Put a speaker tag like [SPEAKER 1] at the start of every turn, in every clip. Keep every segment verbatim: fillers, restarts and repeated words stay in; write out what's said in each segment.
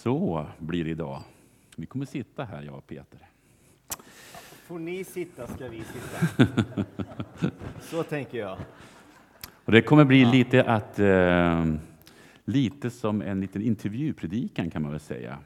[SPEAKER 1] Så blir det idag. Vi kommer sitta här, jag och Peter.
[SPEAKER 2] Får ni sitta ska vi sitta. Så tänker jag.
[SPEAKER 1] Och det kommer bli ja. lite att eh, lite som en liten intervjupredikan kan man väl säga.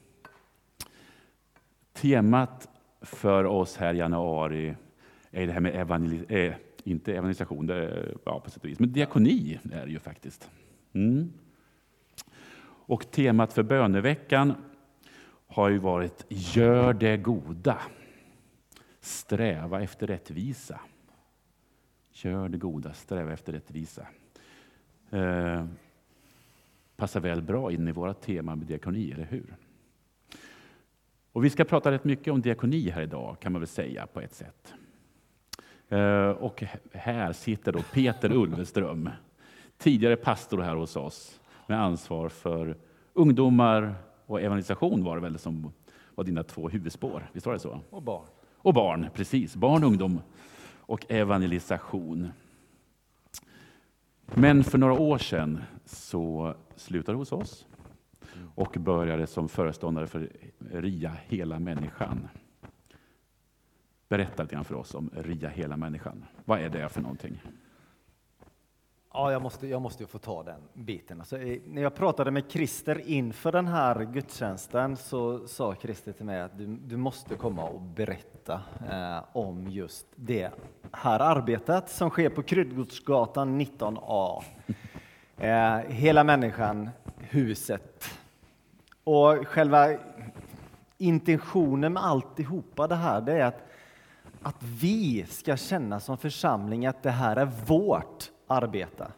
[SPEAKER 1] Temat för oss här i januari är det här med evangelis- eh, inte evangelisation, det är, ja, på sätt och vis, men diakoni är det ju faktiskt. Mm. Och temat för böneveckan har ju varit gör det goda. Sträva efter rättvisa. Gör det goda, sträva efter rättvisa. Eh, passar väl bra in i våra tema med diakoni, eller hur? Och vi ska prata rätt mycket om diakoni här idag, kan man väl säga på ett sätt. Eh, och här sitter då Peter Ulveström, tidigare pastor här hos oss, med ansvar för ungdomar och evangelisation var det väl som var dina två huvudspår. Visst var det så?
[SPEAKER 2] Och barn.
[SPEAKER 1] Och barn, precis. Barn, ungdom och evangelisation. Men för några år sedan så slutade hos oss och började som föreståndare för Ria hela människan. Berätta lite grann för oss om Ria hela människan. Vad är det för någonting?
[SPEAKER 2] Ja, jag måste, jag måste ju få ta den biten. Alltså, när jag pratade med Christer inför den här gudstjänsten så sa Christer till mig att du, du måste komma och berätta eh, om just det här arbetet som sker på Kryddgodsgatan nitton A. Eh, hela människan, huset. Och själva intentionen med alltihopa det här, det är att, att vi ska känna som församling att det här är vårt arbeta.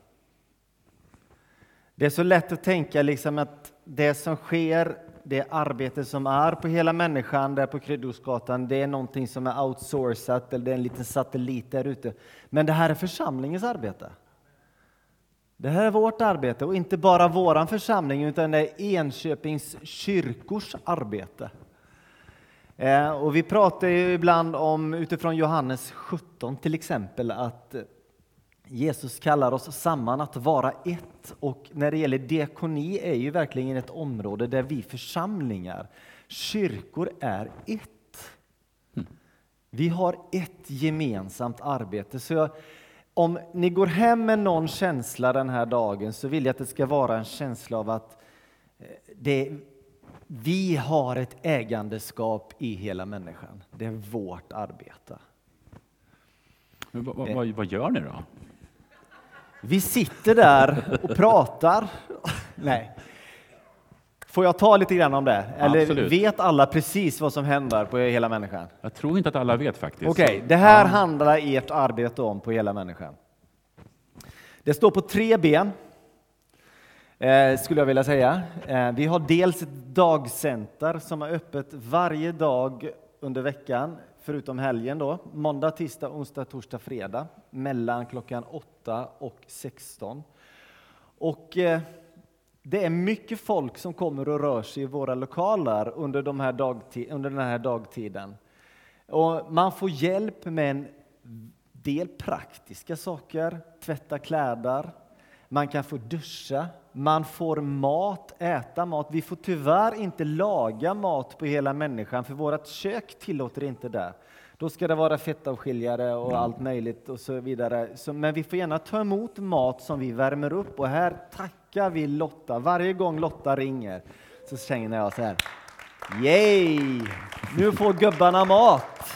[SPEAKER 2] Det är så lätt att tänka liksom att det som sker, det arbete som är på hela människan där på Kryddgodsgatan, det är någonting som är outsourcat eller det är en liten satellit där ute. Men det här är församlingens arbete. Det här är vårt arbete och inte bara våran församling utan det är Enköpings kyrkors arbete. Eh, och vi pratar ju ibland om utifrån Johannes sjutton till exempel att Jesus kallar oss samman att vara ett, och när det gäller diakoni är ju verkligen ett område där vi församlingar, kyrkor är ett. Vi har ett gemensamt arbete. Så jag, om ni går hem med någon känsla den här dagen så vill jag att det ska vara en känsla av att det, vi har ett ägandeskap i hela människan. Det är vårt arbete.
[SPEAKER 1] Men vad, vad, vad gör ni då?
[SPEAKER 2] Vi sitter där och pratar. Nej. Får jag ta lite grann om det? Eller absolut. Vet alla precis vad som händer på hela människan?
[SPEAKER 1] Jag tror inte att alla vet faktiskt.
[SPEAKER 2] Okej, okay, det här ja. handlar ert arbete om på hela människan. Det står på tre ben, eh, skulle jag vilja säga. Eh, vi har dels ett dagcenter som är öppet varje dag under veckan. Förutom helgen då, måndag, tisdag, onsdag, torsdag, fredag. Mellan klockan åtta och sexton. Och eh, det är mycket folk som kommer och rör sig i våra lokaler under, de här dagtid, under den här dagtiden. Och man får hjälp med en del praktiska saker. Tvätta kläder. Man kan få duscha. Man får mat, äta mat. Vi får tyvärr inte laga mat på hela människan för vårt kök tillåter inte det. Då ska det vara fettavskiljare och mm. allt möjligt och så vidare. Så, men vi får gärna ta emot mat som vi värmer upp. Och här tackar vi Lotta. Varje gång Lotta ringer så känner jag så här. Yay! Nu får gubbarna mat!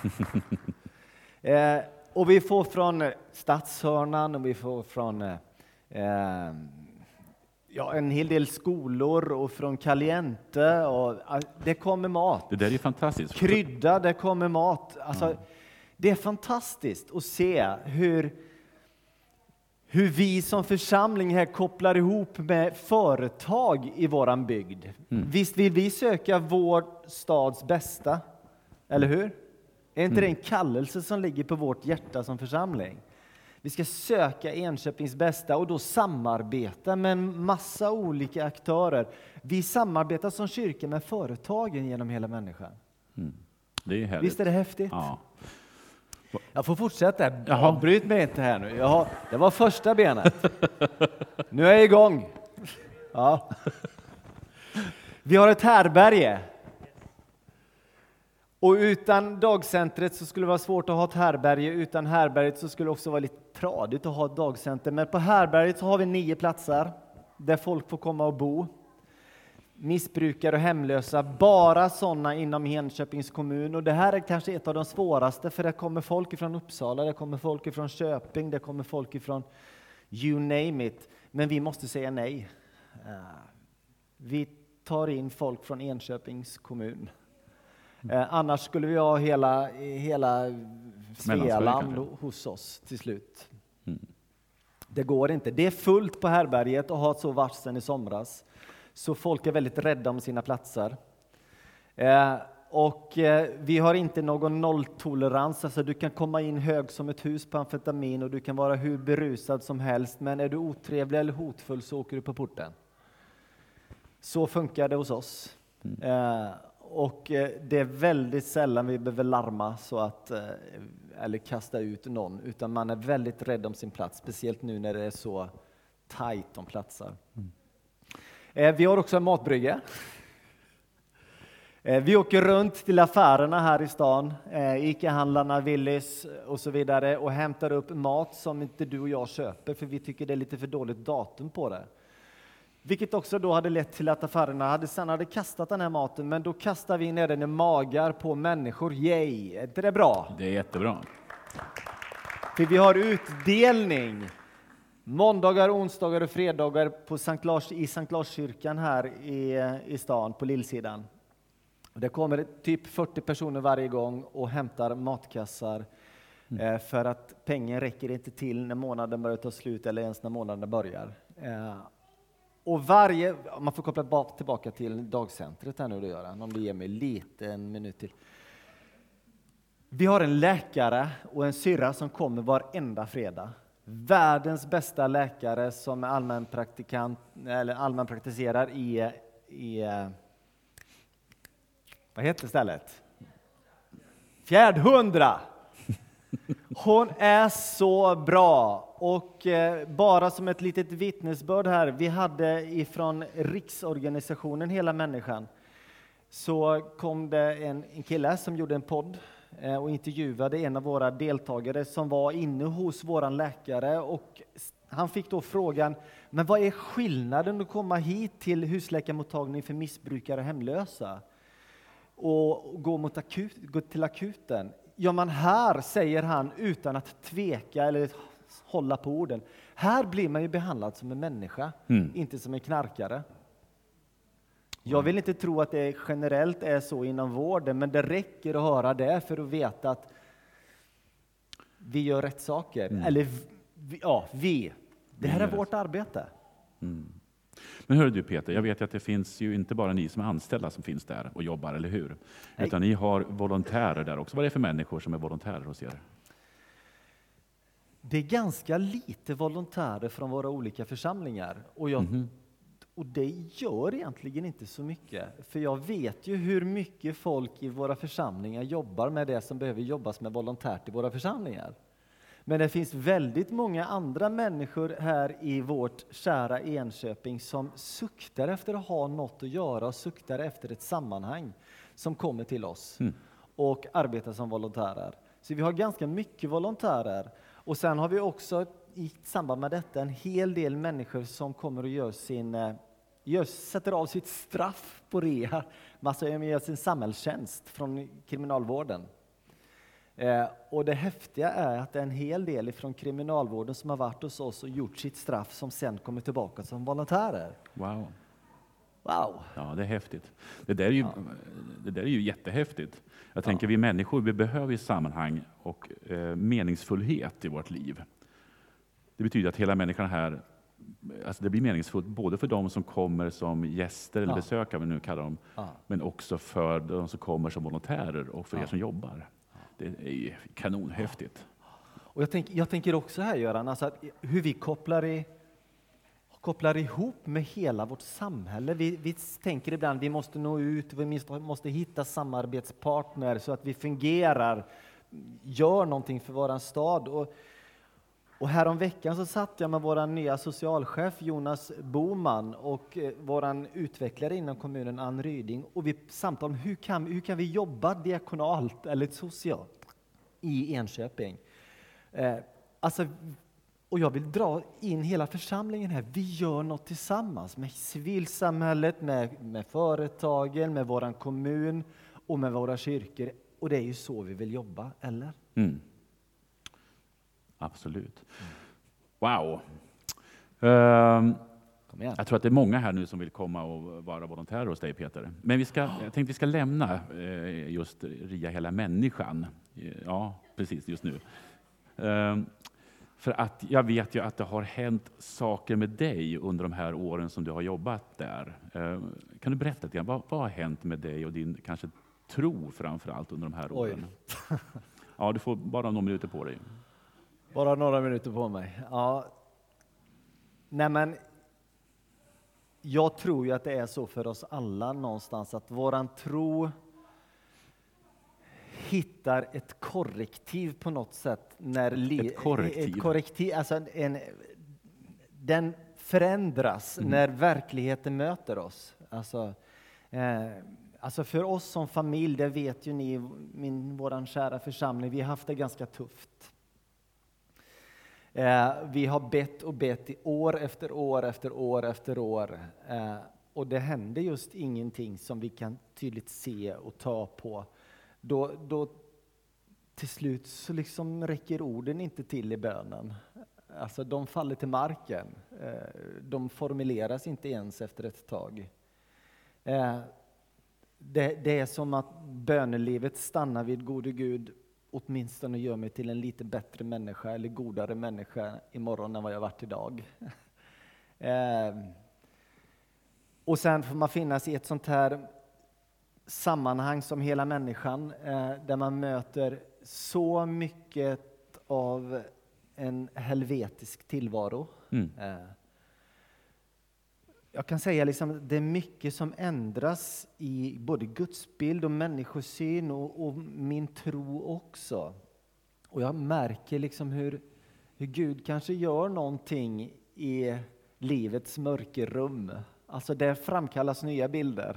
[SPEAKER 2] eh, och vi får från Stadshörnan och vi får från... Eh, Ja, en hel del skolor och från Caliente och det kommer mat.
[SPEAKER 1] Det där är fantastiskt.
[SPEAKER 2] Krydda, det kommer mat. Alltså, mm. Det är fantastiskt att se hur, hur vi som församling här kopplar ihop med företag i våran bygd. Mm. Visst vill vi söka vår stads bästa, eller hur? Är inte mm. det en kallelse som ligger på vårt hjärta som församling? Vi ska söka Enköpings bästa och då samarbeta med en massa olika aktörer. Vi samarbetar som kyrka med företagen genom hela människan.
[SPEAKER 1] Mm. Det är härligt.
[SPEAKER 2] Visst är det häftigt?
[SPEAKER 1] Ja.
[SPEAKER 2] Jag får fortsätta. Avbryt mig inte här nu. Jaha, det var första benet. Nu är jag igång. Ja. Vi har ett härbärge. Och utan dagcentret så skulle det vara svårt att ha ett härbärge. Utan härbärget så skulle det också vara lite tradigt att ha ett dagcenter. Men på härbärget så har vi nio platser där folk får komma och bo. Missbrukare och hemlösa, bara sådana inom Enköpings kommun. Och det här är kanske ett av de svåraste, för det kommer folk ifrån Uppsala, det kommer folk ifrån Köping, det kommer folk ifrån you name it. Men vi måste säga nej. Vi tar in folk från Enköpings kommun. Eh, annars skulle vi ha hela, hela Svealand hos oss till slut. Mm. Det går inte. Det är fullt på härbärget och har så varit sedan i somras. Så folk är väldigt rädda om sina platser. Eh, och eh, vi har inte någon nolltolerans. Alltså du kan komma in hög som ett hus på amfetamin och du kan vara hur berusad som helst. Men är du otrevlig eller hotfull så åker du på porten. Så funkar det hos oss. Mm. Eh, och eh, det är väldigt sällan vi behöver larma så att, eh, eller kasta ut någon. Utan man är väldigt rädd om sin plats. Speciellt nu när det är så tajt om platser. Mm. Eh, vi har också en matbrygga. Eh, vi åker runt till affärerna här i stan. Eh, Ica-handlarna, Willys och så vidare. Och hämtar upp mat som inte du och jag köper. För vi tycker det är lite för dåligt datum på det. Vilket också då hade lett till att affärerna hade, sen hade kastat den här maten. Men då kastar vi ner den i magar på människor. Yay! Är inte det bra?
[SPEAKER 1] Det är jättebra.
[SPEAKER 2] För vi har utdelning. Måndagar, onsdagar och fredagar på Sankt Lars, i Sankt Larskyrkan här i, i stan på Lillsidan. Det kommer typ fyrtio personer varje gång och hämtar matkassar. Mm. eh, för att pengen räcker inte till när månaden börjar ta slut eller ens när månaden börjar. Eh, Och varje, man får koppla tillbaka till dagcentret här nu då, Göran, om du ger mig lite en minut till. Vi har en läkare och en syrra som kommer varenda fredag. Världens bästa läkare som är allmänpraktikant eller allmänpraktiserar i, i vad heter stället? Fjärdhundra. Hon är så bra, och eh, bara som ett litet vittnesbörd här, vi hade ifrån riksorganisationen Hela Människan, så kom det en, en kille som gjorde en podd eh, och intervjuade en av våra deltagare som var inne hos våran läkare, och han fick då frågan, men vad är skillnaden att komma hit till husläkarmottagning för missbrukare och hemlösa och gå, mot akut, gå till akuten? Ja, men här, säger han utan att tveka eller hålla på orden, här blir man ju behandlad som en människa, mm. inte som en knarkare. Jag vill inte tro att det generellt är så inom vården, men det räcker att höra det för att veta att vi gör rätt saker. Mm. Eller vi, ja, vi. Det här är vårt arbete.
[SPEAKER 1] Mm. Men hör du Peter, jag vet ju att det finns ju inte bara ni som är anställda som finns där och jobbar, eller hur? Nej. Utan ni har volontärer där också. Vad är det för människor som är volontärer hos er?
[SPEAKER 2] Det är ganska lite volontärer från våra olika församlingar. Och, jag, mm-hmm. och det gör egentligen inte så mycket. För jag vet ju hur mycket folk i våra församlingar jobbar med det som behöver jobbas med volontärt i våra församlingar. Men det finns väldigt många andra människor här i vårt kära Enköping som suktar efter att ha något att göra och suktar efter ett sammanhang som kommer till oss mm. och arbetar som volontärer. Så vi har ganska mycket volontärer. Och sen har vi också i samband med detta en hel del människor som kommer och gör sin, gör, sätter av sitt straff på reha. Alltså gör sin samhällstjänst från kriminalvården. Eh, och det häftiga är att det är en hel del från kriminalvården som har varit hos oss och gjort sitt straff som sen kommer tillbaka som volontärer.
[SPEAKER 1] Wow.
[SPEAKER 2] Wow.
[SPEAKER 1] Ja, det är häftigt. Det där är ju, ja. det där är ju jättehäftigt. Jag tänker ja. vi människor, vi behöver ju sammanhang och eh, meningsfullhet i vårt liv. Det betyder att hela människan här, alltså det blir meningsfullt både för de som kommer som gäster eller ja. besökare, vi nu kallar dem, ja. men också för de som kommer som volontärer och för ja. er som jobbar. Det är ju kanonhäftigt.
[SPEAKER 2] Och jag, tänk, jag tänker också här, Göran, alltså att hur vi kopplar, i, kopplar ihop med hela vårt samhälle. Vi, vi tänker ibland att vi måste nå ut, vi måste, måste hitta samarbetspartner så att vi fungerar, gör någonting för våran stad. Och, Och härom veckan så satt jag med vår nya socialchef Jonas Boman och eh, vår utvecklare inom kommunen Ann Ryding, och vi samtalade om hur kan, hur kan vi jobba diakonalt eller socialt i Enköping. Eh, alltså, och jag vill dra in hela församlingen här. Vi gör något tillsammans med civilsamhället, med, med företagen, med vår kommun och med våra kyrkor. Och det är ju så vi vill jobba, eller?
[SPEAKER 1] Mm. Absolut. Wow. Um,
[SPEAKER 2] Kom igen.
[SPEAKER 1] jag tror att det är många här nu som vill komma och vara volontärer hos dig, Peter. Men vi ska, jag tänkte vi ska lämna eh, just Ria hela människan. Ja, precis, just nu. Um, för att jag vet ju att det har hänt saker med dig under de här åren som du har jobbat där. Um, kan du berätta lite grann, vad, vad har hänt med dig och din kanske tro framför allt under de här
[SPEAKER 2] Oj.
[SPEAKER 1] åren? Ja, du får bara några minuter på dig.
[SPEAKER 2] Bara några minuter på mig. Ja. Nej, men jag tror ju att det är så för oss alla någonstans att våran tro hittar ett korrektiv på något sätt när li-
[SPEAKER 1] Ett korrektiv?
[SPEAKER 2] Ett korrektiv, alltså en, den förändras
[SPEAKER 1] Mm.
[SPEAKER 2] när verkligheten möter oss. Alltså, eh, alltså för oss som familj, det vet ju ni, min, våran kära församling, vi har haft det ganska tufft. Eh, vi har bett och bett i år efter år efter år efter år. Eh, och det händer just ingenting som vi kan tydligt se och ta på. Då, då till slut så liksom räcker orden inte till i bönen. Alltså de faller till marken. Eh, de formuleras inte ens efter ett tag. Eh, det, det är som att bönelivet stannar vid gode Gud, åtminstone gör mig till en lite bättre människa eller godare människa imorgon än vad jag varit idag. eh, och sen får man finnas i ett sånt här sammanhang som hela människan, eh, där man möter så mycket av en helvetisk tillvaro.
[SPEAKER 1] Mm.
[SPEAKER 2] Eh, jag kan säga liksom det är mycket som ändras i både gudsbild och människosyn och, och min tro också. Och jag märker liksom hur, hur Gud kanske gör någonting i livets mörkerrum. Alltså det framkallas nya bilder.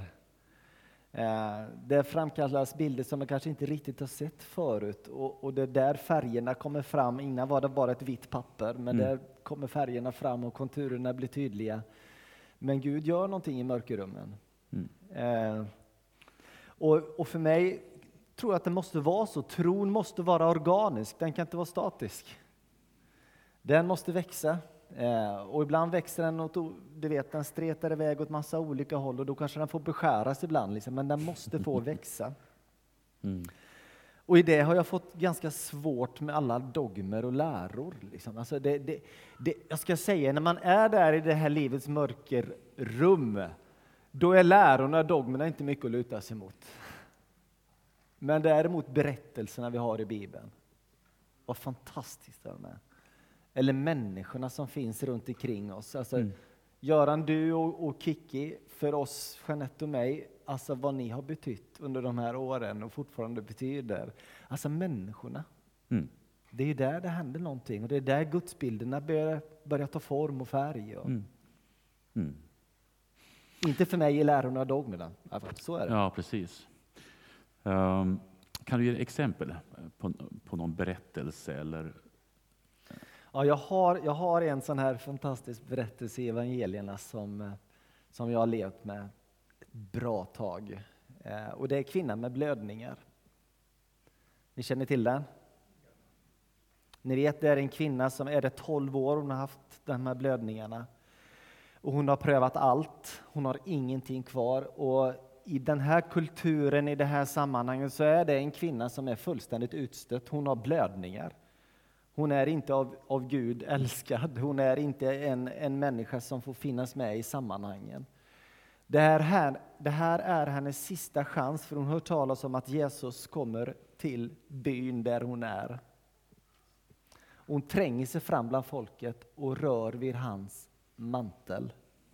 [SPEAKER 2] Eh, det framkallas bilder som man kanske inte riktigt har sett förut. Och, och det är där färgerna kommer fram. Innan var det bara ett vitt papper, men
[SPEAKER 1] Mm.
[SPEAKER 2] där kommer färgerna fram och konturerna blir tydliga. Men Gud gör någonting i mörkerrummen.
[SPEAKER 1] Mm.
[SPEAKER 2] Eh, och, och för mig tror jag att det måste vara så. Tron måste vara organisk, den kan inte vara statisk. Den måste växa. Eh, och ibland växer den åt, du vet, den stretar iväg åt massa olika håll och då kanske den får beskäras ibland. Liksom, men den måste få växa.
[SPEAKER 1] Mm.
[SPEAKER 2] Och i det har jag fått ganska svårt med alla dogmer och läror. Liksom. Alltså det, det, det, jag ska säga, när man är där i det här livets mörkerrum, då är lärorna och dogmerna inte mycket att luta sig mot. Men däremot berättelserna vi har i Bibeln. Vad fantastiskt det är. Eller människorna som finns runt omkring oss. Alltså,
[SPEAKER 1] Mm.
[SPEAKER 2] Göran, du och, och Kiki, för oss, Jeanette och mig, alltså vad ni har betytt under de här åren och fortfarande betyder. Alltså människorna.
[SPEAKER 1] Mm.
[SPEAKER 2] Det är ju där det händer någonting och det är där gudsbilderna börjar, börjar ta form och färg. Och
[SPEAKER 1] Mm. Mm.
[SPEAKER 2] inte för mig i lärorna och dogmerna. Alltså, så är det.
[SPEAKER 1] Ja, precis. Um, kan du ge exempel på, på någon berättelse eller?
[SPEAKER 2] Ja, jag, har, jag har en sån här fantastisk berättelse i evangelierna som, som jag har levt med ett bra tag. Eh, och det är kvinnan med blödningar. Ni känner till den? Ni vet, det är en kvinna som är det tolv år hon har haft de här blödningarna. Och hon har prövat allt. Hon har ingenting kvar. Och i den här kulturen, i det här sammanhanget, så är det en kvinna som är fullständigt utstött. Hon har blödningar. Hon är inte av, av Gud älskad. Hon är inte en, en människa som får finnas med i sammanhangen. Det här, här, det här är hennes sista chans, för hon hör talas om att Jesus kommer till byn där hon är. Hon tränger sig fram bland folket och rör vid hans mantel.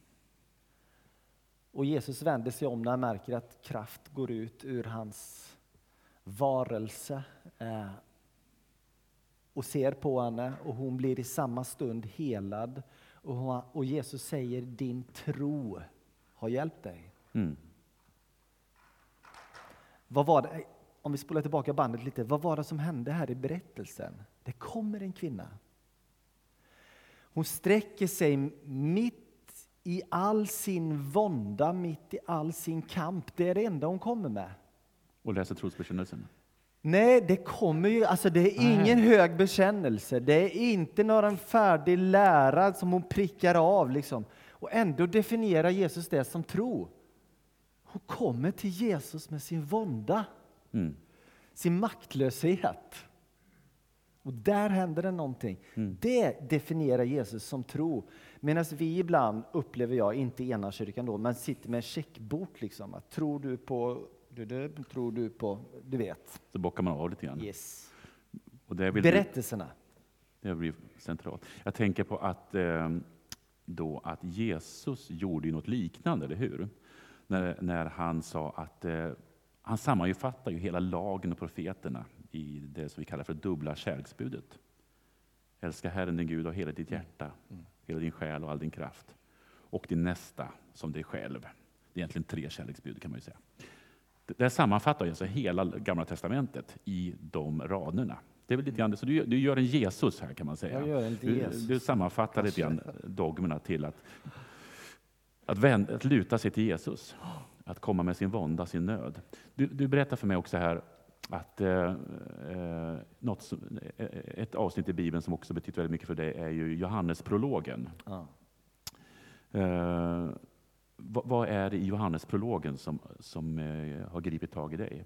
[SPEAKER 2] Och Jesus vänder sig om när han märker att kraft går ut ur hans varelse. och ser på henne och hon blir i samma stund helad. Och, hon, och Jesus säger, din tro har hjälpt dig.
[SPEAKER 1] Mm.
[SPEAKER 2] Vad var det, om vi spolar tillbaka bandet lite, vad var det som hände här i berättelsen? Det kommer en kvinna. Hon sträcker sig mitt i all sin vånda, mitt i all sin kamp. Det är det enda hon kommer med.
[SPEAKER 1] Och läser trosbekännelsen.
[SPEAKER 2] Nej, det kommer ju, alltså det är ingen Nej. hög bekännelse. Det är inte någon färdig lära som hon prickar av liksom. Och ändå definierar Jesus det som tro. Hon kommer till Jesus med sin vånda. Mm. Sin maktlöshet. Och där händer det någonting. Mm. Det definierar Jesus som tro. Medan vi ibland, upplever jag, inte i ena kyrkan då, men sitter med en checkbok liksom. Att, tror du på, du, du, tror du på, du vet.
[SPEAKER 1] Så bockar man av lite grann.
[SPEAKER 2] Yes.
[SPEAKER 1] Och det vill
[SPEAKER 2] Berättelserna.
[SPEAKER 1] Bli, det blir centralt. Jag tänker på att, eh, då, att Jesus gjorde ju något liknande, eller hur? När, när han sa att eh, han sammanfattar ju hela lagen och profeterna i det som vi kallar för dubbla kärleksbudet. Älska Herren din Gud av hela ditt hjärta, mm. hela din själ och all din kraft. Och din nästa som dig själv. Det är egentligen tre kärleksbud kan man ju säga. Det, det sammanfattar alltså hela Gamla testamentet i de raderna. Det är väl lite grann, så du, du gör en Jesus här kan man säga.
[SPEAKER 2] Jag gör en
[SPEAKER 1] du, du sammanfattar lite grann dogmerna till att, att, vända, att luta sig till Jesus. Att komma med sin vånda, sin nöd. Du, du berättar för mig också här att eh, något som, ett avsnitt i Bibeln som också betyder väldigt mycket för dig är ju Johannesprologen. Ja. Eh, vad, vad är det i Johannesprologen som, som eh, har gripit tag i dig?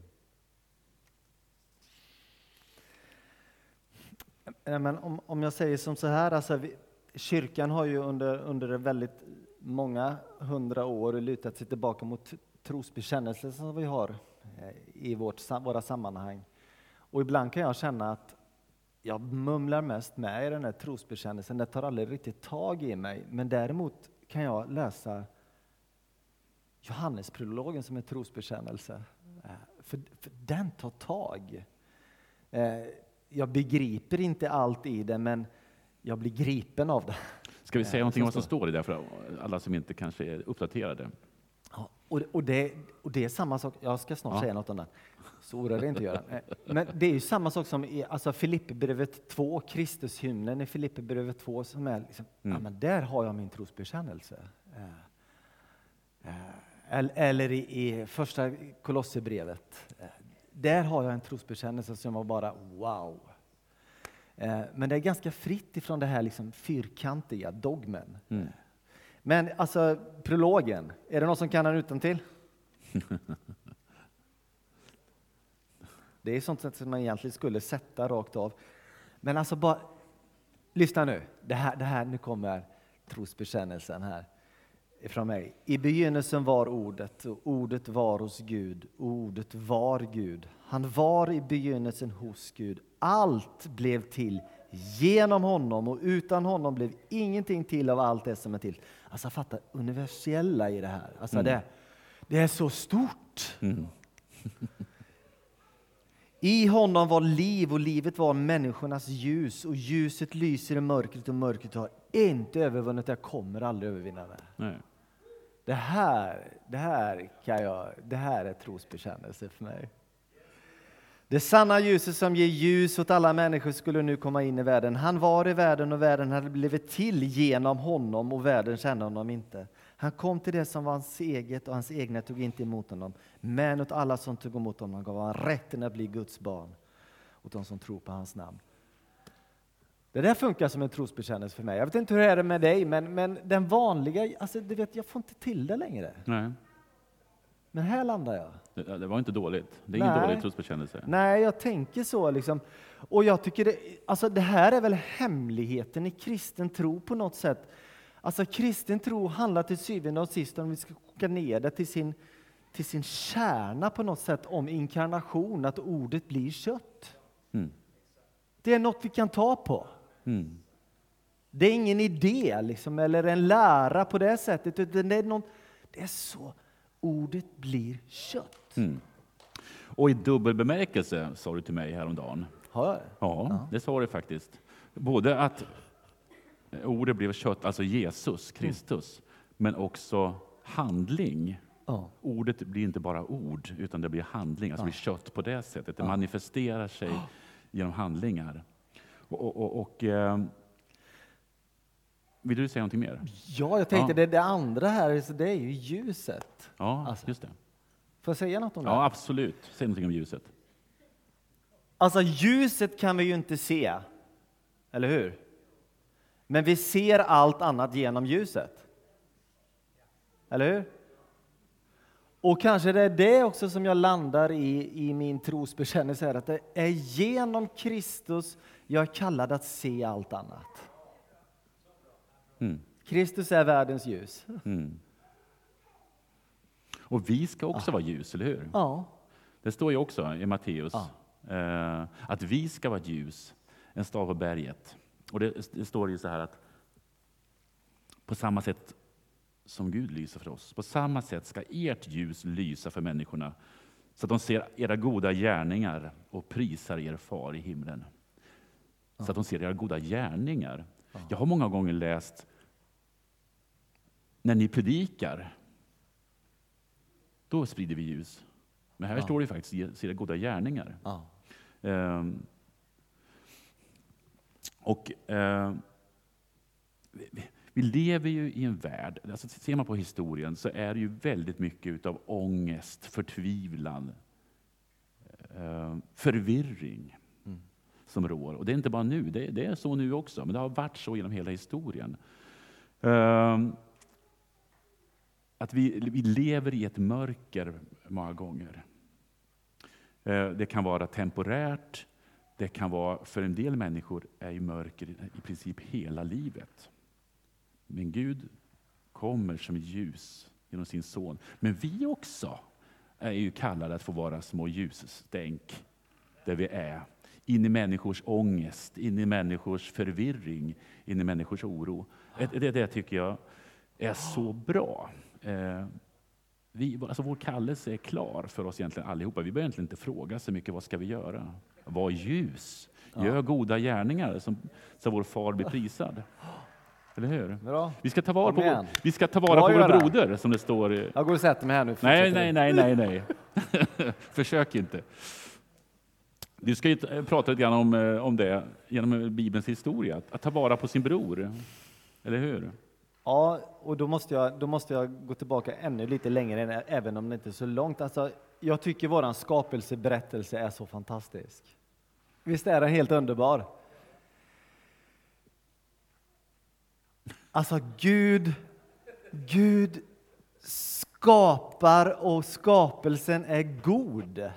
[SPEAKER 2] Men om, om jag säger som så här, alltså vi, kyrkan har ju under, under väldigt många hundra år lutat sig tillbaka mot trosbekännelser som vi har i vårt, våra sammanhang. Och ibland kan jag känna att jag mumlar mest med i den här trosbekännelsen. Det tar aldrig riktigt tag i mig. Men däremot kan jag läsa Johannesprologen som är trosbekännelse. För, för den tar tag. Jag begriper inte allt i det, men jag blir gripen av det.
[SPEAKER 1] Ska vi säga någonting om vad som står i det för alla som inte kanske är uppdaterade?
[SPEAKER 2] Ja, och, och, det, och det är samma sak, jag ska snart ja. säga något annat, så oroar det inte göra. Men det är ju samma sak som i alltså Filipperbrevet två, Kristushymnen i Filipperbrevet två, som är liksom, mm. ja, men där har jag min trosbekännelse. Eller i, i första Kolosserbrevet, där har jag en trosbekännelse som var bara wow. Men det är ganska fritt ifrån det här liksom fyrkantiga dogmen. Mm. Men alltså, prologen, är det någon som kan den utantill? Det är sånt som man egentligen skulle sätta rakt av. Men alltså bara, lyssna nu. Det här, det här, nu kommer trosbekännelsen här ifrån mig. I begynnelsen var ordet, och ordet var hos Gud, och ordet var Gud. Han var i begynnelsen hos Gud. Allt blev till genom honom, och utan honom blev ingenting till av allt det som är till. Alltså fatta universella i det här. Alltså mm. det, det är så stort. Mm. I honom var liv, och livet var människornas ljus, och ljuset lyser i mörkret, och mörkret har inte övervunnit. Jag kommer aldrig övervinna det. Nej. Det här, det här kan jag, det här är trosbekännelse för mig. Det sanna ljuset som ger ljus åt alla människor skulle nu komma in i världen. Han var i världen, och världen hade blivit till genom honom, och världen kände honom inte. Han kom till det som var hans eget, och hans egna tog inte emot honom. Men åt alla som tog emot honom gav han rätten att bli Guds barn, åt de som tror på hans namn. Det där funkar som en trosbekännelse för mig. Jag vet inte hur det är med dig, men, men den vanliga, alltså du vet, jag får inte till det längre.
[SPEAKER 1] Nej.
[SPEAKER 2] Men här landar jag.
[SPEAKER 1] Det, det var inte dåligt. Det är ingen dålig trosbekännelse.
[SPEAKER 2] Nej, jag tänker så liksom. Och jag tycker det, alltså det här är väl hemligheten i kristen tro på något sätt. Alltså kristen tro handlar till syvende och sist, om vi ska koka ner det till sin, till sin kärna på något sätt, om inkarnation, att ordet blir kött. Mm. Det är något vi kan ta på. Mm. Det är ingen idé liksom, eller en lära på det sättet, utan det är något, det är så. Ordet blir kött. Mm.
[SPEAKER 1] Och i dubbel bemärkelse, sa du till mig häromdagen.
[SPEAKER 2] Har jag det?
[SPEAKER 1] Ja,
[SPEAKER 2] Ja.
[SPEAKER 1] det sa det faktiskt. Både att ordet blev kött, alltså Jesus Kristus, mm. men också handling. Ja. Ordet blir inte bara ord, utan det blir handling, alltså ja. blir kött på det sättet. Det ja. manifesterar sig ja. genom handlingar. Och, och, och, och eh, vill du säga någonting mer?
[SPEAKER 2] Ja, jag tänkte ja. det, det andra här, det är ju ljuset.
[SPEAKER 1] Ja,
[SPEAKER 2] alltså.
[SPEAKER 1] just det.
[SPEAKER 2] Får jag säga något om det?
[SPEAKER 1] Ja, absolut. Säg någonting om ljuset.
[SPEAKER 2] Alltså, ljuset kan vi ju inte se, eller hur? Men vi ser allt annat genom ljuset. Eller hur? Och kanske det är det också som jag landar i i min trosbekännelse, här, att det är genom Kristus jag är kallad att se allt annat. Mm. Kristus är världens ljus.
[SPEAKER 1] Mm. Och vi ska också ja. vara ljus, eller hur?
[SPEAKER 2] Ja.
[SPEAKER 1] Det står ju också i Matteus ja. eh, att vi ska vara ljus, en stad på berget. Och det, det står ju så här att på samma sätt som Gud lyser för oss, på samma sätt ska ert ljus lysa för människorna, så att de ser era goda gärningar och prisar er far i himlen. Ja. Så att de ser era goda gärningar. Ja. Jag har många gånger läst, när ni predikar, då sprider vi ljus. Men här ja. står det faktiskt, ser era goda gärningar. Ja. Um, och uh, vi, vi lever ju i en värld, alltså ser man på historien så är det ju väldigt mycket av ångest, förtvivlan, uh, förvirring mm. som rår. Och det är inte bara nu, det, det är så nu också, men det har varit så genom hela historien. Uh, att vi, vi lever i ett mörker många gånger. Uh, det kan vara temporärt. Det kan vara, för en del människor är i mörker i princip hela livet. Men Gud kommer som ljus genom sin son. Men vi också är ju kallade att få vara små ljusstänk där vi är. In i människors ångest, in i människors förvirring, in i människors oro. Det, det tycker jag är så bra. Vi, alltså vår kallelse är klar för oss egentligen allihopa. Vi behöver egentligen inte fråga så mycket, vad ska vi göra? Var ljus. Gör ja. goda gärningar som, så vår far blir prisad. Eller hur?
[SPEAKER 2] Bra.
[SPEAKER 1] Vi ska ta vara på, vår, vi ska ta vara på vår broder, som det står i...
[SPEAKER 2] Jag går och sätter mig här nu.
[SPEAKER 1] Nej, nej, nej, nej, nej. Försök inte. Du ska ju prata lite grann om, om det genom Bibelns historia. Att, att ta vara på sin bror. Eller hur?
[SPEAKER 2] Ja, och då måste jag, då måste jag gå tillbaka ännu lite längre, även om det inte är så långt. Alltså, jag tycker våran skapelseberättelse är så fantastisk. Visst är den helt underbar? Alltså Gud, Gud skapar och skapelsen är god.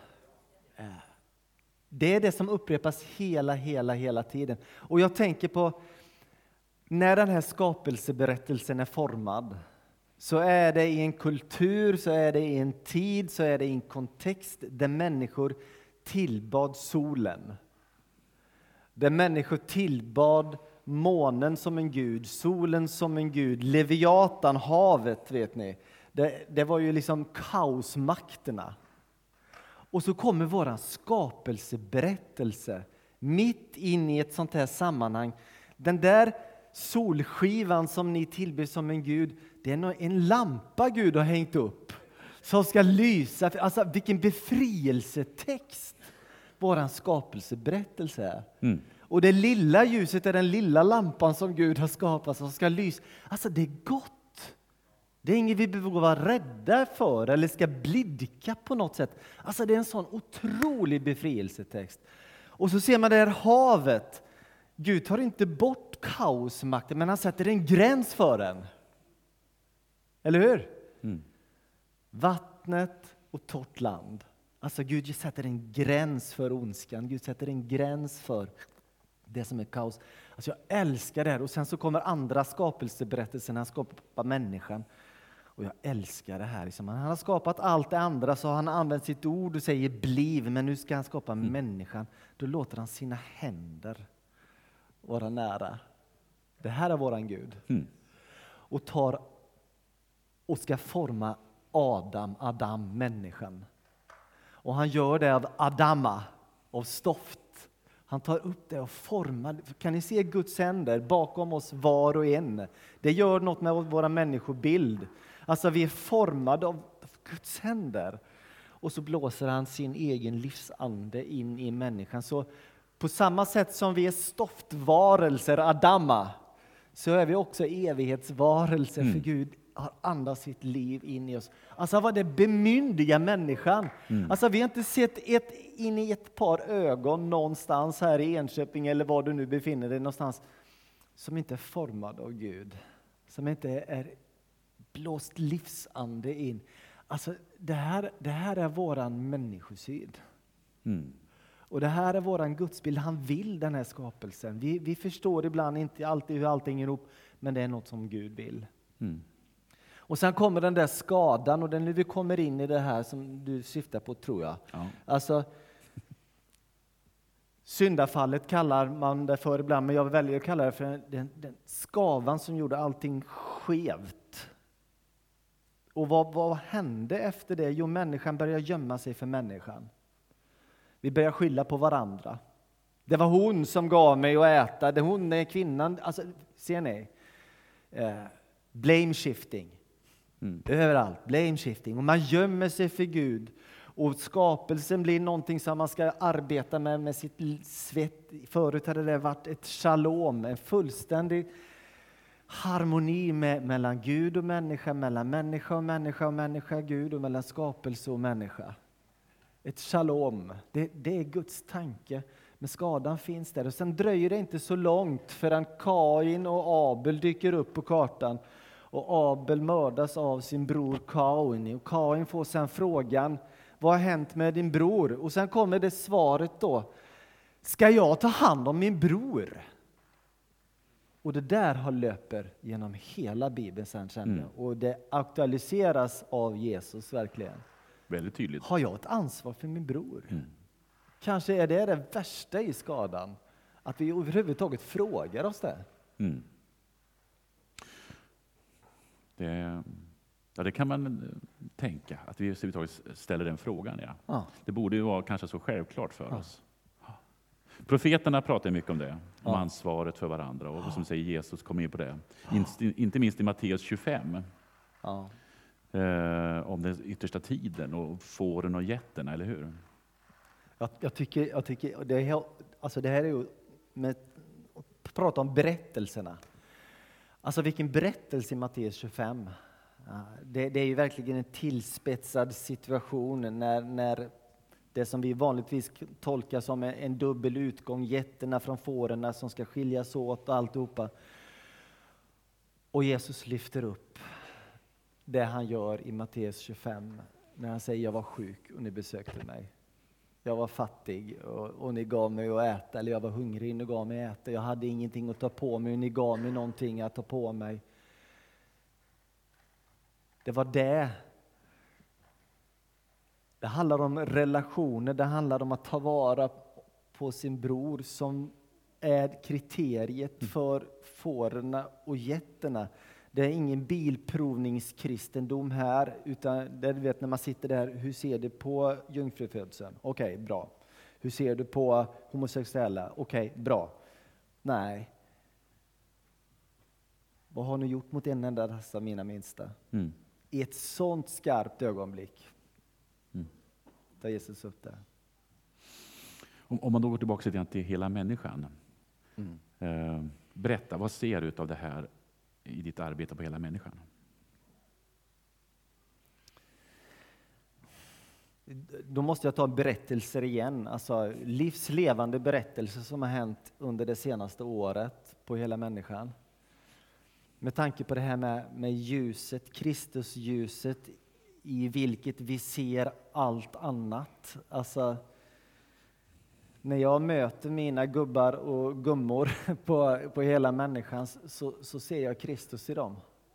[SPEAKER 2] Det är det som upprepas hela, hela, hela tiden. Och jag tänker på när den här skapelseberättelsen är formad, så är det i en kultur, så är det i en tid, så är det i en kontext där människor tillbad solen. Där människor tillbad månen som en gud, solen som en gud, Leviatan, havet, vet ni. Det, det var ju liksom kaosmakterna. Och så kommer våran skapelseberättelse mitt in i ett sånt här sammanhang. Den där solskivan som ni tillber som en gud, det är en lampa Gud har hängt upp som ska lysa. Alltså vilken befrielsetext våran skapelseberättelse är. Mm. Och det lilla ljuset är den lilla lampan som Gud har skapat som ska lysa. Alltså det är gott. Det är inget vi behöver vara rädda för eller ska blidka på något sätt. Alltså det är en sån otrolig befrielsetext. Och så ser man det här havet. Gud tar inte bort kaosmakten, men han sätter en gräns för den. Eller hur? Mm. Vattnet och torrt land. Alltså Gud sätter en gräns för ondskan. Gud sätter en gräns för det som är kaos. Alltså jag älskar det här. Och sen så kommer andra skapelseberättelser när han skapar människan. Och jag älskar det här. Liksom. Han har skapat allt det andra, så har han använt sitt ord och säger bliv. Men nu ska han skapa mm. människan. Då låter han sina händer vara nära. Det här är våran Gud. Mm. Och tar och ska forma Adam, Adam, människan. Och han gör det av Adama, av stoft. Han tar upp det och formar. Kan ni se Guds händer bakom oss var och en? Det gör något med vår människobild. Alltså vi är formade av Guds händer. Och så blåser han sin egen livsande in i människan. Så på samma sätt som vi är stoftvarelser, Adama, så är vi också evighetsvarelser. Mm. För Gud har andats sitt liv in i oss. Alltså vad det bemyndigar människan. Mm. Alltså vi har inte sett ett, in i ett par ögon någonstans här i Enköping eller var du nu befinner dig någonstans som inte är formad av Gud. Som inte är blåst livsande in. Alltså det här, det här är våran människosyn. Mm. Och det här är våran gudsbild. Han vill den här skapelsen. Vi, vi förstår ibland inte alltid hur allting är ihop, men det är något som Gud vill. Mm. Och sen kommer den där skadan, och när vi kommer in i det här som du syftar på, tror jag. Ja. Alltså, syndafallet kallar man det för ibland, men jag väljer att kalla det för den, den skavan som gjorde allting skevt. Och vad, vad hände efter det? Jo, människan började gömma sig för människan. Vi börjar skylla på varandra. Det var hon som gav mig att äta. Det hon är kvinnan. Alltså, ser ni? Eh, blame shifting. Mm. Överallt. Blame shifting. Och man gömmer sig för Gud. Och skapelsen blir någonting som man ska arbeta med med sitt svett. Förut hade det varit ett shalom. En fullständig harmoni med, mellan Gud och människa. Mellan människa och människa och människa Gud. Och mellan skapelse och människa. Ett shalom, det, det är Guds tanke. Men skadan finns där. Och sen dröjer det inte så långt förrän Kain och Abel dyker upp på kartan. Och Abel mördas av sin bror Kain. Och Kain får sen frågan, vad har hänt med din bror? Och sen kommer det svaret då, ska jag ta hand om min bror? Och det där har löper genom hela Bibeln sen. sen mm. Och det aktualiseras av Jesus verkligen.
[SPEAKER 1] Väldigt tydligt.
[SPEAKER 2] Har jag ett ansvar för min bror? Mm. Kanske är det det värsta i skadan. Att vi överhuvudtaget frågar oss det. Mm.
[SPEAKER 1] det. Ja, det kan man tänka. Att vi överhuvudtaget ställer den frågan. Ja. Ah. Det borde ju vara kanske så självklart för ah. oss. Profeterna pratar mycket om det. Om ah. ansvaret för varandra. Och som säger Jesus kommer in på det. Ah. In, inte minst i Matteus tjugofem. Ah. Eh, om den yttersta tiden och fåren och getterna, eller hur?
[SPEAKER 2] Jag, jag tycker, jag tycker det, här, alltså det här är ju med att prata om berättelserna. Alltså vilken berättelse i Matteus tjugofem. Ja, det, det är ju verkligen en tillspetsad situation när, när det som vi vanligtvis tolkar som en, en dubbel utgång, getterna från fårarna som ska skiljas åt och alltihopa. Och Jesus lyfter upp det han gör i Matteus tjugofem när han säger jag var sjuk och ni besökte mig. Jag var fattig och, och ni gav mig att äta, eller jag var hungrig och ni gav mig att äta. Jag hade ingenting att ta på mig och ni gav mig någonting att ta på mig. Det var det. Det handlar om relationer, det handlar om att ta vara på sin bror som är kriteriet för fårorna och getterna. Det är ingen bilprovningskristendom här, utan det, du vet när man sitter där, hur ser du på jungfrufödseln? Okej, okay, bra. Hur ser du på homosexuella? Okej, okay, bra. Nej. Vad har ni gjort mot en enda dessa mina minsta? Mm. I ett sånt skarpt ögonblick. Mm. Där Jesus upp där.
[SPEAKER 1] Om, om man då går tillbaka till hela människan. Mm. Eh, berätta, vad ser du av det här i ditt arbete på hela människan?
[SPEAKER 2] Då måste jag ta berättelser igen. Alltså livslevande berättelser som har hänt under det senaste året på hela människan. Med tanke på det här med, med ljuset, Kristusljuset i vilket vi ser allt annat. Alltså när jag möter mina gubbar och gummor på, på hela människan så, så ser jag Kristus i dem.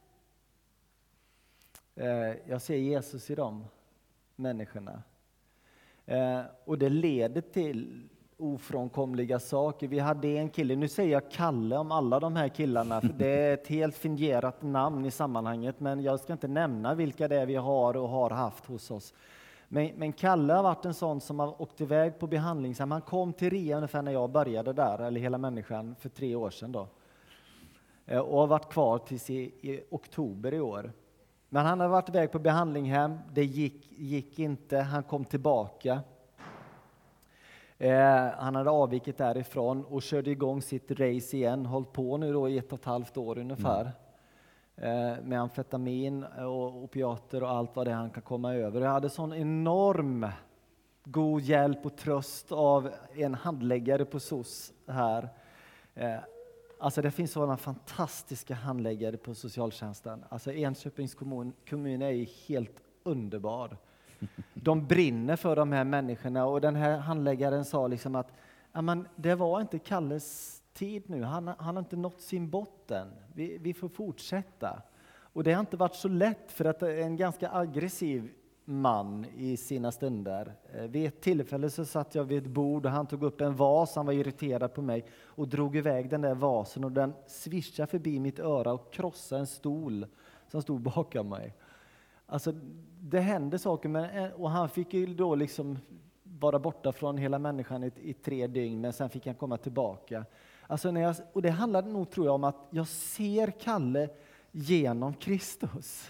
[SPEAKER 2] Eh, jag ser Jesus i dem, människorna. Eh, och det leder till ofrånkomliga saker. Vi hade en kille, nu säger jag Kalle om alla de här killarna, för det är ett helt fingerat namn i sammanhanget, men jag ska inte nämna vilka det är vi har och har haft hos oss. Men, men Kalle har varit en sån som har åkt iväg på behandlingshem. Han kom till Ria ungefär när jag började där, eller hela människan, för tre år sedan då. Och har varit kvar tills i, i oktober i år. Men han har varit iväg på behandlingshem, det gick, gick inte, han kom tillbaka. Eh, han hade avvikit därifrån och körde igång sitt race igen, hållit på nu då i ett och ett halvt år ungefär. Mm. Eh, med amfetamin och opiater och allt vad det han kan komma över. Jag hade sån enorm god hjälp och tröst av en handläggare på S O S här. Eh, Alltså det finns sådana fantastiska handläggare på socialtjänsten. Alltså Enköpings kommun, kommun är helt underbar. De brinner för de här människorna och den här handläggaren sa liksom att ja, men det var inte Kalles tid nu. Han, han har inte nått sin botten. Vi, vi får fortsätta. Och det har inte varit så lätt för att det är en ganska aggressiv man i sina stunder. Vid ett tillfälle så satt jag vid ett bord och han tog upp en vas, han var irriterad på mig och drog iväg den där vasen och den svischade förbi mitt öra och krossade en stol som stod bakom mig. Alltså det hände saker, men, och han fick ju då liksom vara borta från hela människan i, i tre dygn, men sen fick han komma tillbaka. Alltså när jag, och det handlade nog tror jag om att jag ser Kalle genom Kristus.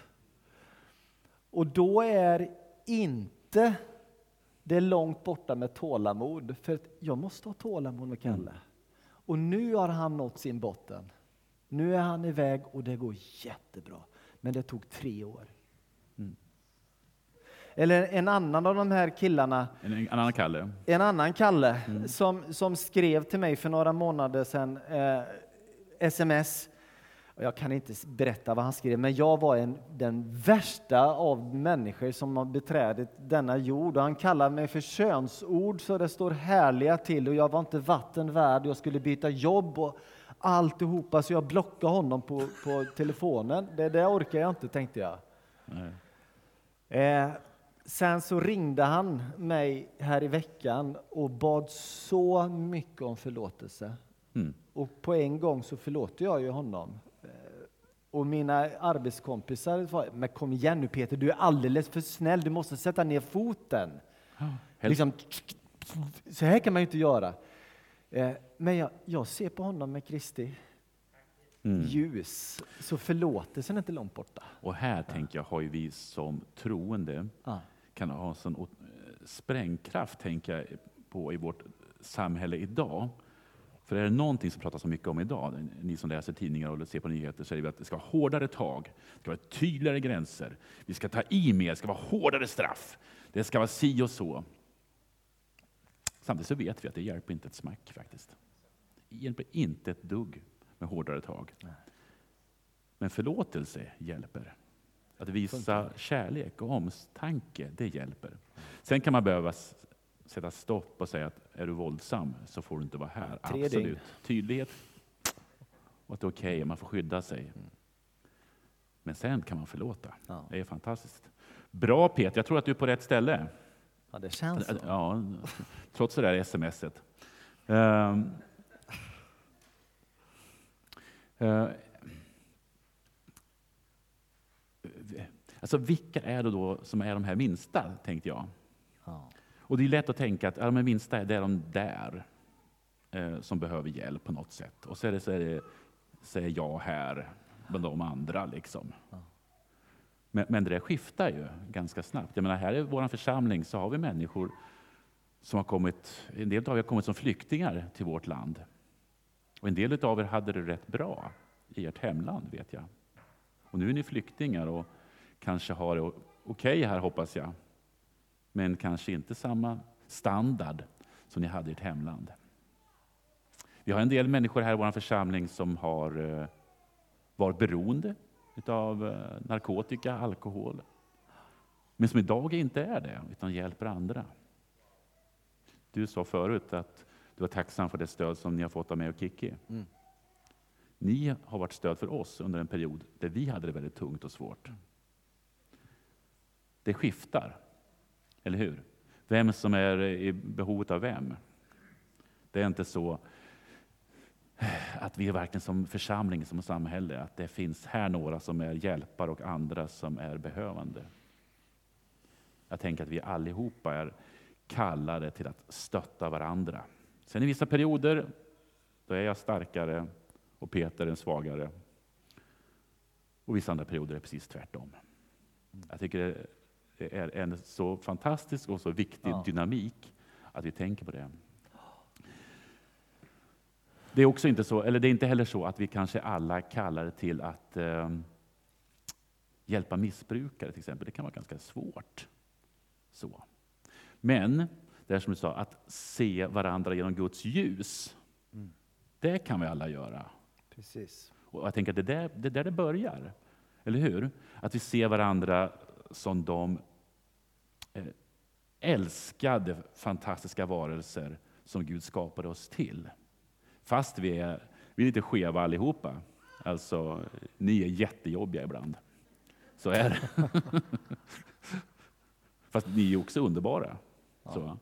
[SPEAKER 2] Och då är inte det långt borta med tålamod. För att jag måste ha tålamod med Kalle. Mm. Och nu har han nått sin botten. Nu är han iväg och det går jättebra. Men det tog tre år. Mm. Eller en annan av de här killarna.
[SPEAKER 1] En, en annan Kalle.
[SPEAKER 2] En annan Kalle mm. som, som skrev till mig för några månader sedan. Eh, sms. Jag kan inte berätta vad han skrev, men jag var en, den värsta av människor som har beträdit denna jord. Och han kallar mig för könsord så det står härliga till. Och jag var inte vatten värd, jag skulle byta jobb och alltihopa. Så jag blockade honom på, på telefonen. Det, det orkar jag inte, tänkte jag. Nej. Eh, sen så ringde han mig här i veckan och bad så mycket om förlåtelse. Mm. Och på en gång så förlåter jag ju honom. Och mina arbetskompisar sa, men kom igen nu Peter, du är alldeles för snäll, du måste sätta ner foten. Oh, liksom, så här kan man ju inte göra. Eh, men jag, jag ser på honom med Kristi mm. ljus, så förlåtelsen är inte långt borta.
[SPEAKER 1] Och här ja. tänker jag, har ju vi som troende ja. kan ha en sån sprängkraft, tänker jag på i vårt samhälle idag. För är det någonting som pratas så mycket om idag, ni som läser tidningar eller ser på nyheter, så är det att det ska vara hårdare tag, det ska vara tydligare gränser, vi ska ta i mer, det ska vara hårdare straff, det ska vara si och så. Samtidigt så vet vi att det hjälper inte ett smack faktiskt. Det hjälper inte ett dugg med hårdare tag. Men förlåtelse hjälper. Att visa kärlek och omtanke, det hjälper. Sen kan man behöva sätta stopp och säga att är du våldsam så får du inte vara här.
[SPEAKER 2] Tre
[SPEAKER 1] Absolut.
[SPEAKER 2] Ding.
[SPEAKER 1] Tydlighet och att det är okej, okay, man får skydda sig. Mm. Men sen kan man förlåta. Ja. Det är fantastiskt. Bra Peter, jag tror att du är på rätt ställe.
[SPEAKER 2] Ja, det känns så.
[SPEAKER 1] Ja, trots det där smset. Um, uh, alltså vilka är det då som är de här minsta, tänkte jag. Ja. Och det är lätt att tänka att ja, de minsta är de där eh, som behöver hjälp på något sätt. Och så är det, så är det säger jag här bland de andra. Liksom. Ja. Men, men det skiftar ju ganska snabbt. Jag menar, här i vår församling så har vi människor som har kommit, en del av er har kommit som flyktingar till vårt land. Och en del av er hade det rätt bra i ert hemland, vet jag. Och nu är ni flyktingar och kanske har det okej okay här, hoppas jag. Men kanske inte samma standard som ni hade i ert hemland. Vi har en del människor här i vår församling som har eh, varit beroende av eh, narkotika, alkohol. Men som idag inte är det, utan hjälper andra. Du sa förut att du var tacksam för det stöd som ni har fått av mig och Kiki. Mm. Ni har varit stöd för oss under en period där vi hade det väldigt tungt och svårt. Det skiftar. Eller hur? Vem som är i behovet av vem. Det är inte så att vi är verkligen som församling, som samhälle, att det finns här några som är hjälpare och andra som är behövande. Jag tänker att vi allihopa är kallade till att stötta varandra. Sen i vissa perioder, då är jag starkare och Peter är svagare. Och vissa andra perioder är precis tvärtom. Jag tycker det är en så fantastisk och så viktig ja. dynamik att vi tänker på det. Det är också inte så, eller det är inte heller så att vi kanske alla kallar till att eh, hjälpa missbrukare till exempel. Det kan vara ganska svårt. Så. Men det är som du sa, att se varandra genom Guds ljus. Mm. Det kan vi alla göra.
[SPEAKER 2] Precis.
[SPEAKER 1] Och jag tänker att det är där, det där det börjar. Eller hur? Att vi ser varandra som de eh, älskade, fantastiska varelser som Gud skapade oss till. Fast vi är, vi är lite skeva allihopa. Alltså, ni är jättejobbiga ibland. Så är det. Fast ni är också underbara. Ja. Så.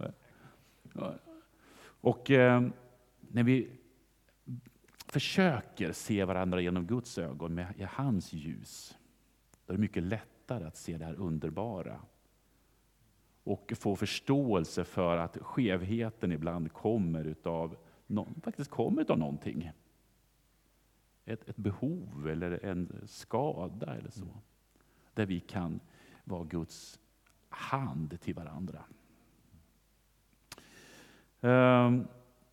[SPEAKER 1] Och eh, när vi försöker se varandra genom Guds ögon med i hans ljus, då är det mycket lättare att se det här underbara. Och få förståelse för att skevheten ibland kommer utav, faktiskt kommer utav någonting. Ett, ett behov eller en skada eller så. Mm. Där vi kan vara Guds hand till varandra. Um,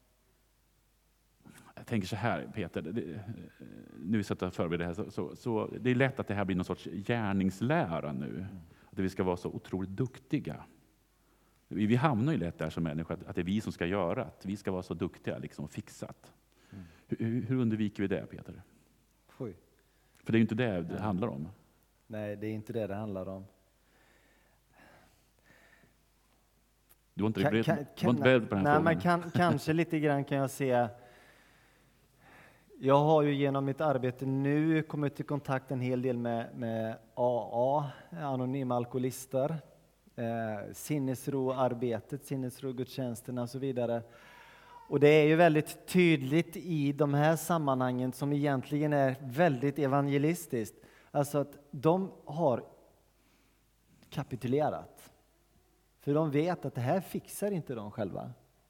[SPEAKER 1] jag tänker så här, Peter, det, nu vi sätter förbereda det här, så, så, så det är lätt att det här blir någon sorts gärningslära nu. Mm. Att vi ska vara så otroligt duktiga. Vi, vi hamnar ju lätt där som människor, att, att det är vi som ska göra, att vi ska vara så duktiga liksom, och fixat. Mm. Hur, hur undviker vi det, Peter?
[SPEAKER 2] Oj.
[SPEAKER 1] För det är ju inte det det handlar om.
[SPEAKER 2] Nej, det är inte det det handlar om.
[SPEAKER 1] Du var inte
[SPEAKER 2] kan,
[SPEAKER 1] beredd,
[SPEAKER 2] kan,
[SPEAKER 1] var inte beredd på den här
[SPEAKER 2] nej,
[SPEAKER 1] frågan?
[SPEAKER 2] Men kan, kanske lite grann kan jag se. Jag har ju genom mitt arbete nu kommit i kontakt en hel del med, med A A, anonyma alkoholister, eh, sinnesroarbetet, sinnesrogudstjänsterna och så vidare. Och det är ju väldigt tydligt i de här sammanhangen som egentligen är väldigt evangelistiskt. Alltså att de har kapitulerat. För de vet att det här fixar inte de själva.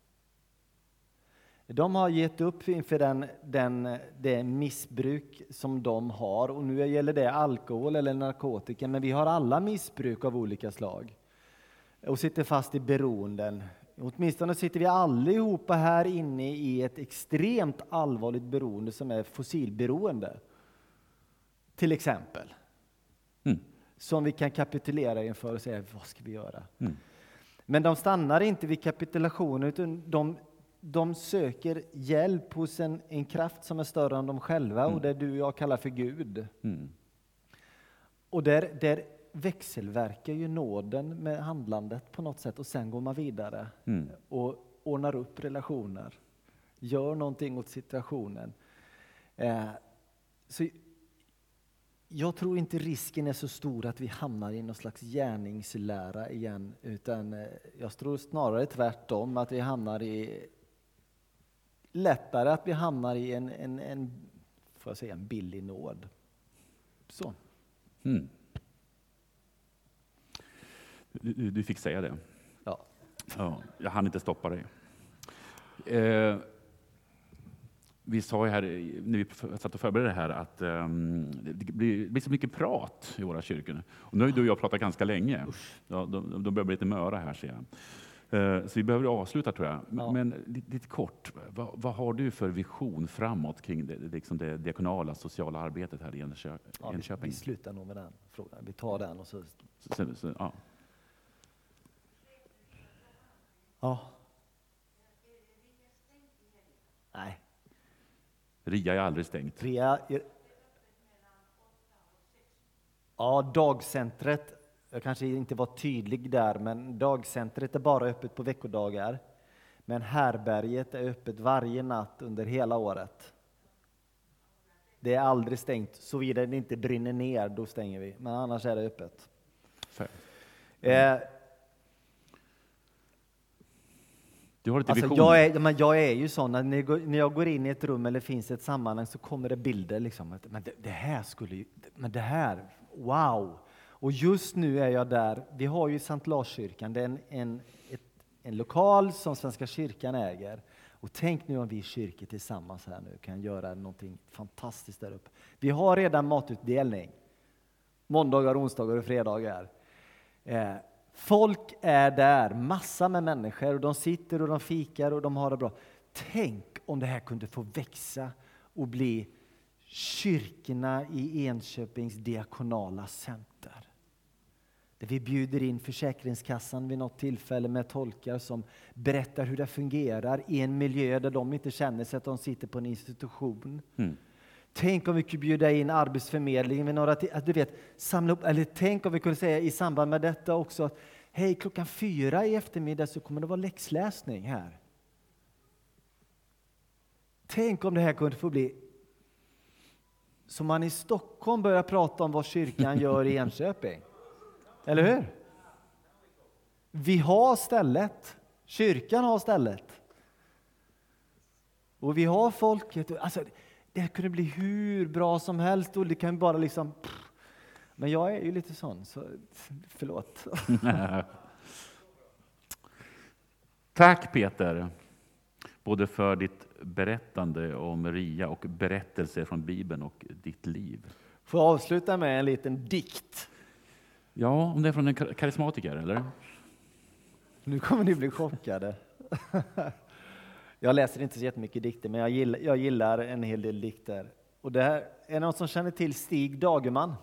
[SPEAKER 2] De har gett upp inför den, den, det missbruk som de har. Och nu gäller det alkohol eller narkotika. Men vi har alla missbruk av olika slag. Och sitter fast i beroenden. Åtminstone sitter vi allihopa här inne i ett extremt allvarligt beroende som är fossilberoende. Till exempel. Mm. Som vi kan kapitulera inför och säga, vad ska vi göra? Mm. Men de stannar inte vid kapitulationen, utan de, de söker hjälp hos en, en kraft som är större än de själva. Mm. Och det du och jag kallar för Gud. Mm. Och där, där växelverkar ju nåden med handlandet på något sätt. Och sen går man vidare mm. och ordnar upp relationer. Gör någonting åt situationen. Eh, så jag tror inte risken är så stor att vi hamnar i någon slags gärningslära igen. Utan jag tror snarare tvärtom att vi hamnar i... Lättare att vi hamnar i en, en, en, får jag säga, en billig nåd. Så. Mm.
[SPEAKER 1] Du, du fick säga det.
[SPEAKER 2] Ja.
[SPEAKER 1] Ja, jag hann inte stoppa dig. Eh, vi sa ju här, när vi satt och förberedde det här, att um, det, blir, det blir så mycket prat i våra kyrkor. Och nu har du och jag pratat ganska länge. Ja, de, de börjar bli lite möra här, ser jag. Uh, så vi behöver avsluta, tror jag. Men, ja. men lite, lite kort, vad, vad har du för vision framåt kring det, liksom det diakonala, sociala arbetet här i Enköping?
[SPEAKER 2] Ja, vi, vi slutar nog med den frågan. Vi tar den och så...
[SPEAKER 1] så, så, så ja.
[SPEAKER 2] Ja. Nej.
[SPEAKER 1] Ria är aldrig stängt.
[SPEAKER 2] Ria är... Ja, dagcentret. Jag kanske inte var tydlig där, men dagcentret är bara öppet på veckodagar. Men härberget är öppet varje natt under hela året. Det är aldrig stängt, såvida det inte brinner ner, då stänger vi. Men annars är det öppet. Mm. Eh,
[SPEAKER 1] Du har lite
[SPEAKER 2] alltså
[SPEAKER 1] visioner.
[SPEAKER 2] jag, är, men jag är ju sån att när, när jag går in i ett rum eller finns ett sammanhang så kommer det bilder liksom. Men det, det här skulle ju, men det här, wow. Och just nu är jag där. Vi har ju Sankt Larskyrkan, det är en, en, ett, en lokal som Svenska kyrkan äger. Och tänk nu om vi kyrkor tillsammans här nu kan göra någonting fantastiskt där uppe. Vi har redan matutdelning. Måndagar, onsdagar och fredagar. Eh, folk är där, massa med människor. Och de sitter och de fikar och de har det bra. Tänk om det här kunde få växa och bli kyrkorna i Enköpings diakonala center. Där vi bjuder in Försäkringskassan vid något tillfälle med tolkar som berättar hur det fungerar i en miljö där de inte känner sig att de sitter på en institution. Mm. Tänk om vi kunde bjuda in Arbetsförmedlingen vid några till, att du vet, samla upp, eller tänk om vi kunde säga i samband med detta också att hej, klockan fyra i eftermiddag så kommer det vara läxläsning här. Tänk om det här kunde få bli så man i Stockholm börjar prata om vad kyrkan gör i Enköping. Eller hur? Vi har stället. Kyrkan har stället. Och vi har folket. Alltså, det kunde bli hur bra som helst. Och det kan bara liksom... Men jag är ju lite sån, så förlåt.
[SPEAKER 1] Tack Peter. Både för ditt berättande om Maria och berättelser från Bibeln och ditt liv.
[SPEAKER 2] Får jag avsluta med en liten dikt?
[SPEAKER 1] Ja, om det är från en karismatiker, eller?
[SPEAKER 2] Nu kommer ni bli chockade. Jag läser inte så jättemycket dikter, men jag gillar, jag gillar en hel del dikter. Och det här är någon som känner till Stig Dagerman.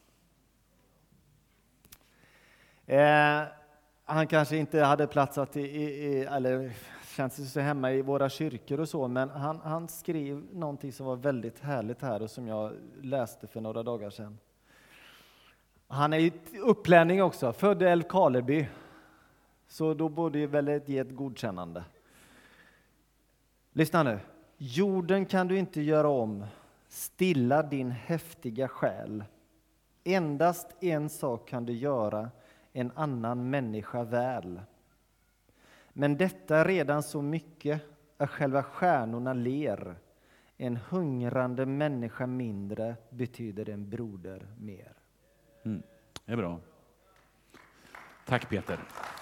[SPEAKER 2] Eh, han kanske inte hade platsat i, i, i eller känns så hemma i våra kyrkor och så, men han, han skrev någonting som var väldigt härligt här och som jag läste för några dagar sedan. Han är ju upplänning också, född i Älvkarleby. Så då borde ju väl ge ett godkännande. Lyssna nu. Jorden kan du inte göra om, stilla din häftiga själ. Endast en sak kan du göra, en annan människa väl. Men detta är redan så mycket att själva stjärnorna ler. En hungrande människa mindre betyder en broder mer.
[SPEAKER 1] Mm, det är bra. Tack Peter.